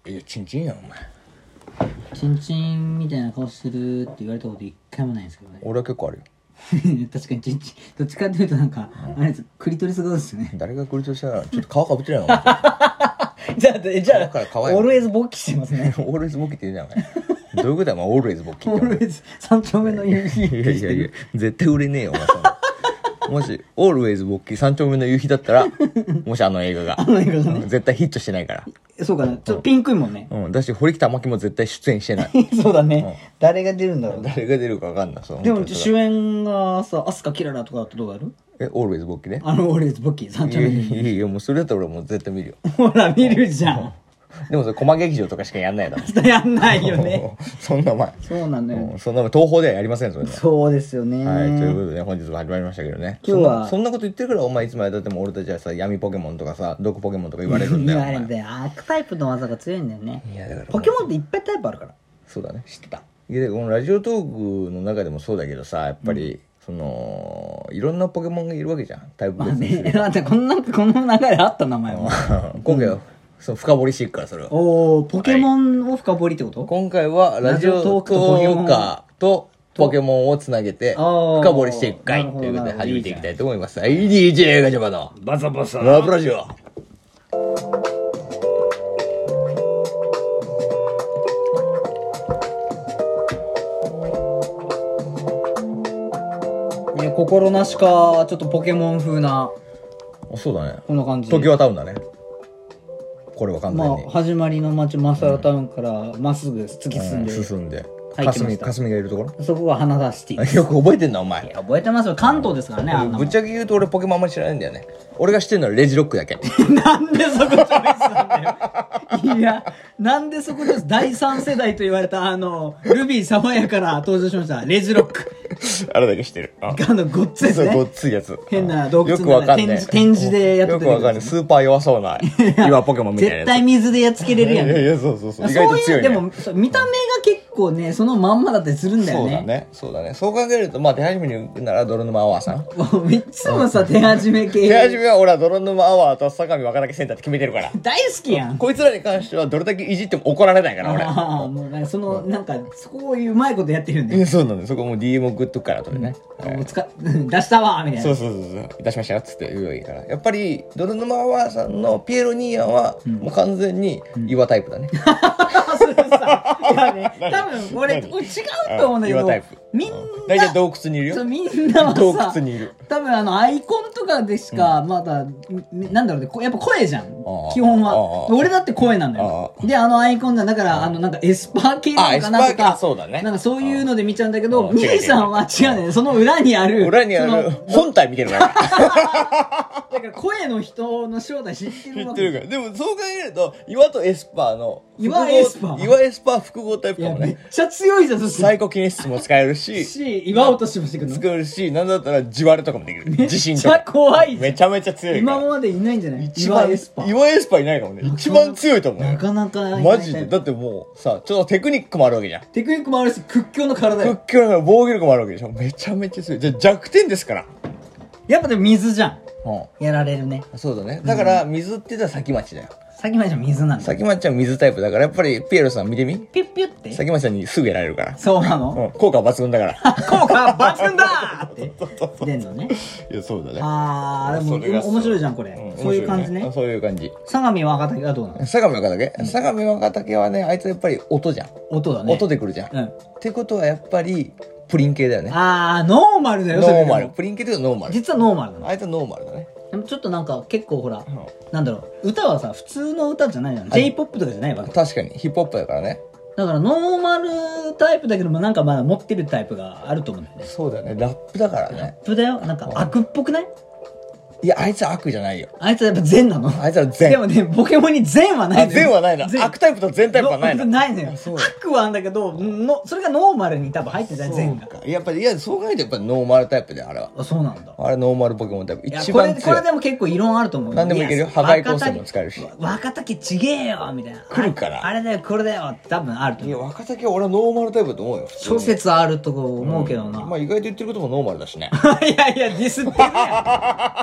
いやチンチンやんお前。 チンチンみたいな顔してるって言われたこと一回もないんですけどね。 俺は結構あるよ。 確かにチンチンどっちかっていうとなんか、あれですクリトリス顔ですよね。 誰がクリトリしたらちょっと皮かぶってないのお前。 じゃあだから可愛いオールウェイズ勃起してますね。 オールウェイズボッキって言うじゃんお前。どういうことやお前オールウェイズボッキって。 オールウェイズ三丁目の夕日いやいやいや絶対売れねえよお前そんな。もしオールウェイズボッキ三丁目の夕日だったらもしあの映画が絶対ヒットしてないから。 そうかな、ちょっとピンクいもんね。 うんだし堀北真希も絶対出演してない。 そうだね、誰が出るんだろう。 誰が出るか分かんない。そうでも主演がさ飛鳥キララとかだとどうやる？ オールウェイズボッキね。 オールウェイズ勃起三丁目の夕日。 いやもうそれだったら俺もう絶対見るよ。 ほら見るじゃん。 でもそれコマ劇場とかしかやんないだろ。 やんないよね。 そんな前そうなんだよ。 そんな前東宝ではやりませんそれね。 そうですよね。 はいということで本日も始まりましたけどね。 今日はそんなこと言ってるからお前いつまでたっても俺たちはさ闇ポケモンとかさ毒ポケモンとか言われるんだよ。 言われるんだよ。アークタイプの技が強いんだよね。 いやだからポケモンっていっぱいタイプあるから。 そうだね知ってた。いやこのラジオトークの中でもそうだけどさやっぱり、そのいろんなポケモンがいるわけじゃんタイプ別にする。 待ってこの流れあった名前は。 今回は、その深掘りしていくからそれは。 おーポケモンを深掘りってこと？ 今回はラジオトーカーとポケモンをつなげて深掘りしていく回ということで始めていきたいと思います。DJ ガチャバのバサバサラブラジオ。 心なしかちょっとポケモン風なそうだねこんな感じ。 東京はタウンだねこれは完全に。 始まりの町マサラタウンからまっすぐ突き進んで、 進んで入ってました霞がいるところ。 そこが花田シティ。 よく覚えてんなお前。 覚えてますよ。関東ですからね。あんなもんぶっちゃけ言うと俺ポケモンあんまり知らないんだよね。俺が知ってるのはレジロックだけ。 なんでそこチョイスなんだよ。いや、なんでそこです。第3世代と言われたルビー爽やから登場しましたレジロック。 あれだけ知ってる。 ごっついですね。 ごっついやつ。 変な洞窟よくわかんない。 展示でやってよくわかんない。スーパー弱そうな岩ポケモンみたいなやつ。 絶対水でやっつけれるやん。 いやそう意外と強いね。 でも見た目が結構ねそのまんまだったりするんだよね。 そうだね。そう考えると手始めに行くなら泥沼アワーさん。 もういつもさ手始め系。 手始めは俺は泥沼アワーと相模若竹センターって決めてるから。 大好きやん。 こいつらに関してはどれだけいじっても怒られないから俺。 ああもうなんかそういううまいことやってるんで。 そうなんだよ。そこもう DM 送っとくからとでね。 もう出したわみたいな。 そう出しましたよっつって言うわけから。やっぱり泥沼アワーさんのピエロニーヤはもう完全に岩タイプだね。 それさいやね多分俺違うと思うんだけど、 岩タイプみんな大体洞窟にいるよ。 みんなはさ洞窟にいる。 多分アイコンとかでしかまだなんだろうねやっぱ声じゃん基本は。俺だって声なんだよ。でアイコンだからなんかエスパー系なのかなとかそうだね。 なんかそういうので見ちゃうんだけどミーさんは違うね。その裏にある本体見てるから。 だから声の人の正体知ってるわけ。 知ってるから。でもそう考えると岩とエスパーの岩エスパー複合タイプかもね。 めっちゃ強いじゃん。そしてサイコキネシスも使えるし岩落としもしてくるの使えるし、なんだったら地割れとかもできる。地震とかめっちゃ怖い。 めちゃめちゃ強いから。 今までいないんじゃない？ 岩エスパーいないかもね。一番強いと思うよ。 なかなかいない。 マジで。だってもうさ、ちょっとテクニックもあるわけじゃん。 テクニックもあるし屈強の体よ。 屈強の防御力もあるわけでしょ。めちゃめちゃ強い。じゃあ弱点ですから。 やっぱでも水じゃん。やられるね。 そうだね。だから水って言ったら先町だよ。 先町は水なんだ。 先町は水タイプだから、やっぱりピエロさん見てみ。 ピュッピュッって先町さんにすぐやられるから。 そうなの？ 効果抜群だから。 効果抜群だーって出んのね。 いや、そうだね。 でも面白いじゃんこれ。そういう感じね。 そういう感じ。 相模若竹はどうなの？ 相模若竹はね、あいつやっぱり音じゃん。 音だね。 音で来るじゃん。ってことはやっぱりプリン系だよね。 ノーマルだよ。 ノーマル。プリン系っていうとノーマル。 実はノーマルなの。 あいつはノーマルだね。 でもちょっとなんか結構ほら、なんだろう、歌はさ普通の歌じゃないじゃん。J-POP とかじゃないわけ。 確かにヒップホップだからね。 だからノーマルタイプだけどもなんかまだ持ってるタイプがあると思うんだよね。 そうだよね。ラップだからね。 ラップだよ。なんか悪っぽくない？ いや、あいつは悪じゃないよ。 あいつはやっぱ善なの？ あいつは善。 でもね、ポケモンに善はないのよ。 善はないの。悪タイプと善タイプはないの。 ないのよ。悪はあんだけど、それがノーマルに多分入ってた善が。 やっぱり、いや、そう考えるとやっぱりノーマルタイプで、あれは。 あ、そうなんだ。 あれノーマルポケモンタイプ。一番強い。 これでも結構異論あると思うよ。 何でもいけるよ。破壊コースも使えるし。 若竹ちげえよみたいな。 来るから。 あれだよ、これだよって多分あると思う。 いや、若竹は俺はノーマルタイプだと思うよ。 諸説あると思うけどな。 まあ意外と言ってることもノーマルだしね。 いやいや、ディスってるや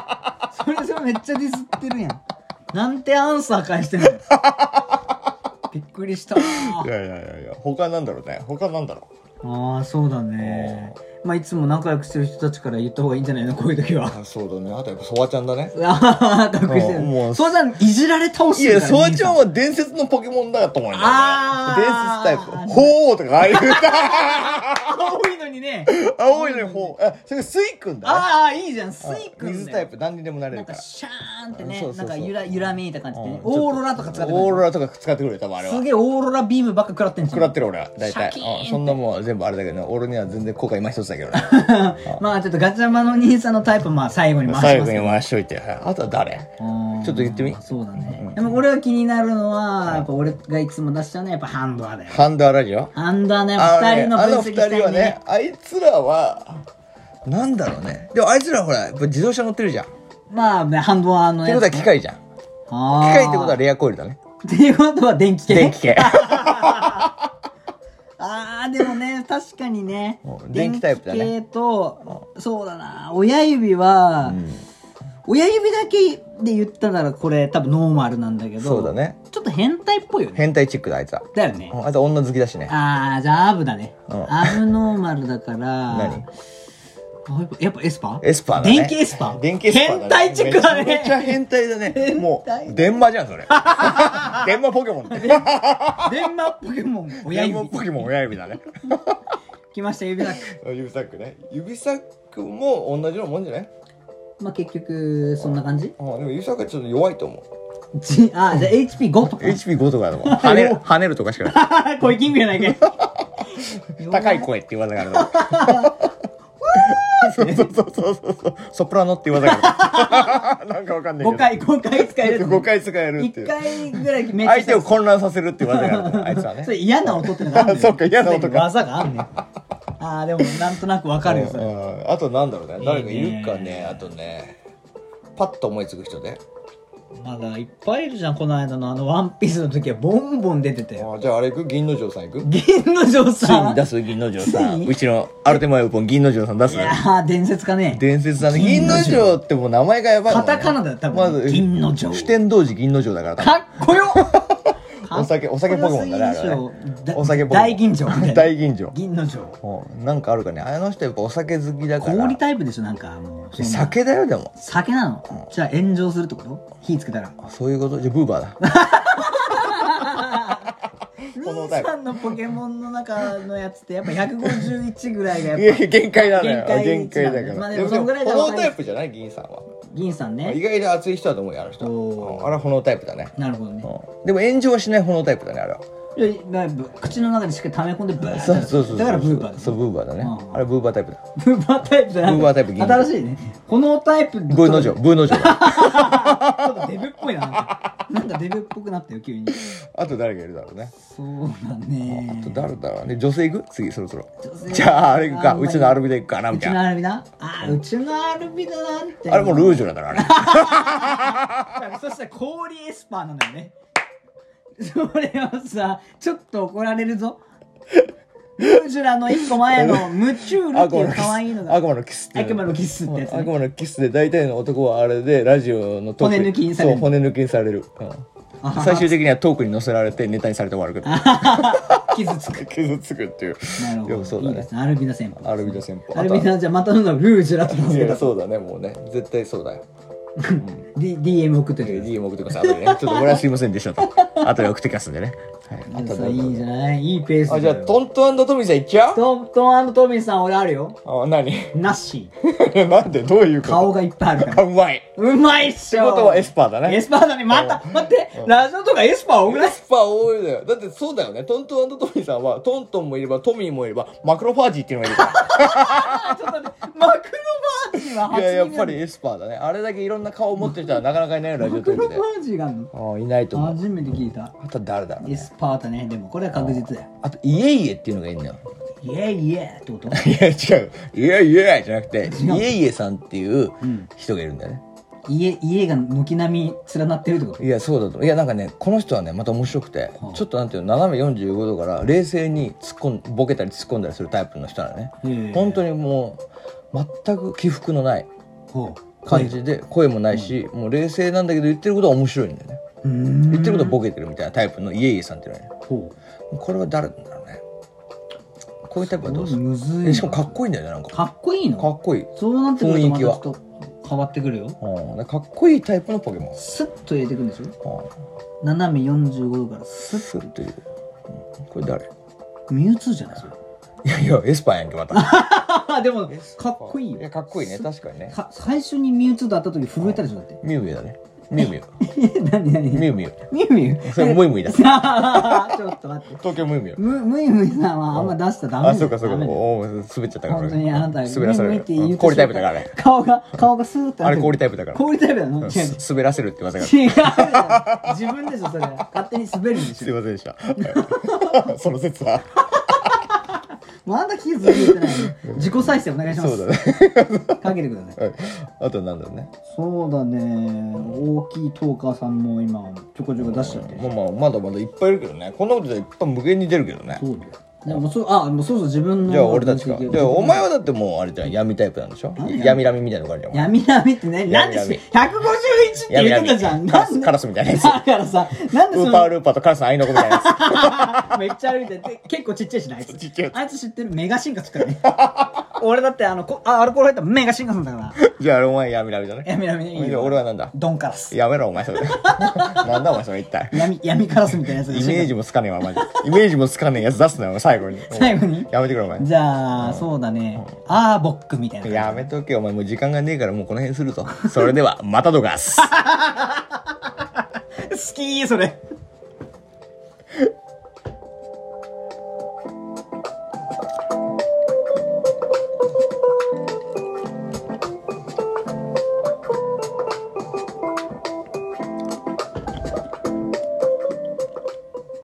ん。それめっちゃディスってるやん。なんてアンサー返してんの。 びっくりしたいやいやいやいや、他なんだろうね。他なんだろう。 ああ、そうだね。まあいつも仲良くしてる人たちから言った方がいいんじゃないの、こういう時は。 あ、そうだね。あとやっぱソワちゃんだね。 ああ、隠してる。 もうソワちゃんいじられ倒しいや、 てるから。 ソワちゃんは伝説のポケモンだと思うんだよね。 あ伝説タイプ。ほーとかああいう青いのにね。 青いのにほう。あ、それスイ君だね。 ああ、いいじゃん、スイ君。 水タイプ何にでもなれなんかるから。 シャーンってねそう、そうそうなんかゆらめいた感じでね。オーロラとか使ってくる。 オーロラとか使ってくるよ、多分あれは。 すげえオーロラビームばっか食らってんじゃん。 食らってる俺は、大体。 シャキーンってそんなもん全部あれだけどね、俺には全然効果今一つだけどね。 まあちょっとガチャマの兄さんのタイプ、まあ最後に回し最後にますけど。 回しといて。あとは誰ちょっと言ってみ。 そうだね。でも俺は気になるのは、やっぱ俺がいつも出しちゃうのはやっぱハンドアだよ。 ハンダーラジオハンドアね、 あ二人の分析したいね。 あの二人はね、あいつらは、なんだろうね。でもあいつらはほら、やっぱ自動車乗ってるじゃん。っまあね、ハンドアのてことは機械じゃん。機械ってことはレアコイルだね。 っていうことは電気系。 電気系。 あー、でもね、確かにね。 電気タイプだね。 電気系と、そうだな、親指は、親指だけで言ったならこれ多分ノーマルなんだけど、 そうだね。 ちょっと変態っぽいよね。 変態チックだ、あいつは。 だよね。 あいつは女好きだしね。 あー、じゃあアブだね。アブノーマルだから、 何やっぱエスパーエスパーだね。 電気エスパー電気エスパーだね。 変態チックだね。 めちゃめちゃ変態だね。もう、電話じゃん、それ。電話ポケモン。電電話ポケモン親指。 話ポケモン親指だね。 来ました、指サック。 指サックね。指サックも同じようなもんじゃない？ まあ結局、そんな感じ？ でも指サックはちょっと弱いと思う。 じゃあ HP5 とか。 HP5 とかでも跳ねるとかしかない。 声キングやないかい。 高い声って言わながら。そうソプラノって言わながら。なんかわかんないけど。 5回使える。 5回使えるっていう。 1回ぐらいめっちゃ相手を混乱させるって言わながら、あいつはね。 それ嫌な音ってのがあんねん。 そうか、嫌な音か。 技があんねん。ああ、でもなんとなくわかるよ、それ。 あとなんだろうね。誰かいるかね。あとね、パッと思いつく人で。 まだいっぱいいるじゃん。この間のワンピースの時はボンボン出てたよ。 じゃああれ行く？銀之丞さん行く？ 銀之丞ついさん。 に出す銀之丞さん。うちのアルテマヨポン銀之丞さん出す？ いやー、伝説かね。 伝説だね。銀之丞ってもう名前がやばいもんね。 カタカナだよ、多分。 まず、 銀之丞。 酒天童子銀之丞だから。 かっこよお酒ポケモンだね、あれはね。お酒ポケモン。 大吟醸みたいな。 大吟醸。 銀之丞。 なんかあるかね。あの人やっぱお酒好きだから。 氷タイプでしょ、なんかもう。 酒だよ、でも。 酒なの？じゃあ炎上するってこと？火つけたら。 そういうこと？じゃあブーバーだ。 このタイプ。さんのポケモンの中のやつってやっぱ151ぐらいがやっぱ。 いや、限界だね。限界だから。 まあでもそんぐらいだ炎タイプじゃない？銀さんは。 銀さんね。 意外と熱い人だと思うよ、あの人。あれは炎タイプだね。 なるほどね。 でも炎上はしない炎タイプだね、あれは。 口の中でしっかり溜め込んでブーッと。そう。 だからブーバーだ。 そう、ブーバーだね。あれブーバータイプだ。 ブーバータイプだ。 ブーバータイプ銀。 新しいね。このタイプ。 ブーの城。ブーの城。 ちょっとデブっぽいな。なんかデブっぽくなったよ、急に。 あと誰がいるだろうね。 そうだね。 あと誰だろうね。女性行く？次、そろそろ。じゃあ、あれ行くか。うちのアルビで行くかな、みたいな。 うちのアルビだ？うちのアルビだなんて。 あれもうルージュだから、あれ。そしたら氷エスパーなんだよね。それはさ、ちょっと怒られるぞ。ルージュラの一個前のムチュールっていう可愛いのが。 悪魔のキスって。 悪魔のキスってやつ、ね。 悪魔のキスで大体の男はあれでラジオのトーク骨抜きにされる。 そう、骨抜きにされる。最終的にはトークに載せられてネタにされて終わるけど。 傷つく。 傷つくっていう。 なるほど。 そうだね。 いいですね。アルビナ戦法。 アルビナ戦法。 アルビナじゃあまたのルージュラといや、そうだね、もうね。絶対そうだよ。 DM 送ってくれ。 DM 送ってください。後でね。ちょっとこれはすいませんでしたと。後で送ってきますんでね。 はい。いいじゃないいいペース。 じゃあ、トントントミーさんいっちゃう？ トントントミーさん俺あるよ。 何？ ナッシー。なんで？どういうこと？ 顔がいっぱいあるから。 うまい。 うまいっしょ。 ってことはエスパーだね。 エスパーだね。待って。ラジオとかエスパー多くない？ エスパー多いだよ。だってそうだよね。トントントミーさんは、トントンもいれば、トミーもいれば、マクロファージっていうのがいるから。 ちょっと待って。マクロファージは初いや、やっぱりエスパーだね。あれだけいろんな顔を持ってる人はなかなかいないよ、ラジオトークで。 マクロファージがあるの？ いないと思う。 初めて聞いた。 あと誰だろう？ エスパーだね。でもこれは確実だよ。 あと、イエイエっていうのがいるんだよ。 イエイエってこと？ いや、違う。イエイエじゃなくて、イエイエさんっていう人がいるんだよね。 家が軒並み連なってるってこと？ いや、そうだと。いや、なんかね、この人はね、また面白くて、ちょっとなんていうの、斜め45度から冷静にボケたり突っ込んだりするタイプの人なのね。本当にもう、全く起伏のない感じで、声もないし、もう冷静なんだけど言ってることは面白いんだよね。 言ってることはボケてるみたいなタイプのイエイエさんっていうのはね。これは誰なんだろうね。こういうタイプはどうする？ むずい。 しかもかっこいいんだよね、なんか。 かっこいいの？ かっこいい。 そうなってくるとまたちょっと変わってくるよ。 かっこいいタイプのポケモン。 スッと入れてくんでしょ。斜め45度からスッという。これ誰？ ミュウツーじゃないそれ。 いやエスパーやんけまた。 でもかっこいいよ。 いやかっこいいね、確かにね。 最初にミュウツーと会った時震えたでしょだって。 ミュウミュウだね。ミュウミュウ。 何ミュウミュウ。 ミュウミュウ。 それムイムイだ。 ちょっと待って。 東京ムイムイ。 ムイムイさんはあんま出したらダメ。 あ、そうかそうか。おお滑っちゃったから。 本当にあなた滑らせる。 氷タイプだからね。 顔がスーッと。 あれ氷タイプだから。 氷タイプなの？ 滑らせるって言わせが。 違う。自分でしょそれ。勝手に滑るんでしょ。 すいませんでした。その説は。 まだ気づいてないの。自己再生お願いします。 そうだね。 かけてください。 あとなんだろうね。 そうだね。大きいトーカーさんも今ちょこちょこ出しちゃって。 まだまだいっぱいいるけどね。こんなことでいっぱい無限に出るけどね。 そうだよ。でもそう自分の。 じゃあ俺たちか。じゃあお前はだってもうあれじゃん、闇タイプなんでしょ。闇ラミみたいなのがあるじゃん。 闇ラミってね、なんで151って言ってたじゃん。 カラスみたいなやつ。 だからさ、なんでウーパールーパーとカラスの合いの子みたいなやつ。めっちゃ歩いてて、結構ちっちゃいしな、あいつ。 ちっちゃい。 あいつ知ってる？メガ進化つくからね。俺だってアルコール入ったらメガ進化するんだから。 じゃあお前闇ラミだね。 闇ラミいいよ。 俺はなんだ？ ドンカラス。 やめろお前それ。なんだお前それ一体。 闇カラスみたいなやつ。 イメージもつかねえわマジ。イメージもつかねえやつ出すなよ最後に。やめてくれお前。 じゃあそうだね。アーボックみたいな。 やめとけお前もう時間がねえからもうこの辺すると。それではまたどがす。 好きそれ。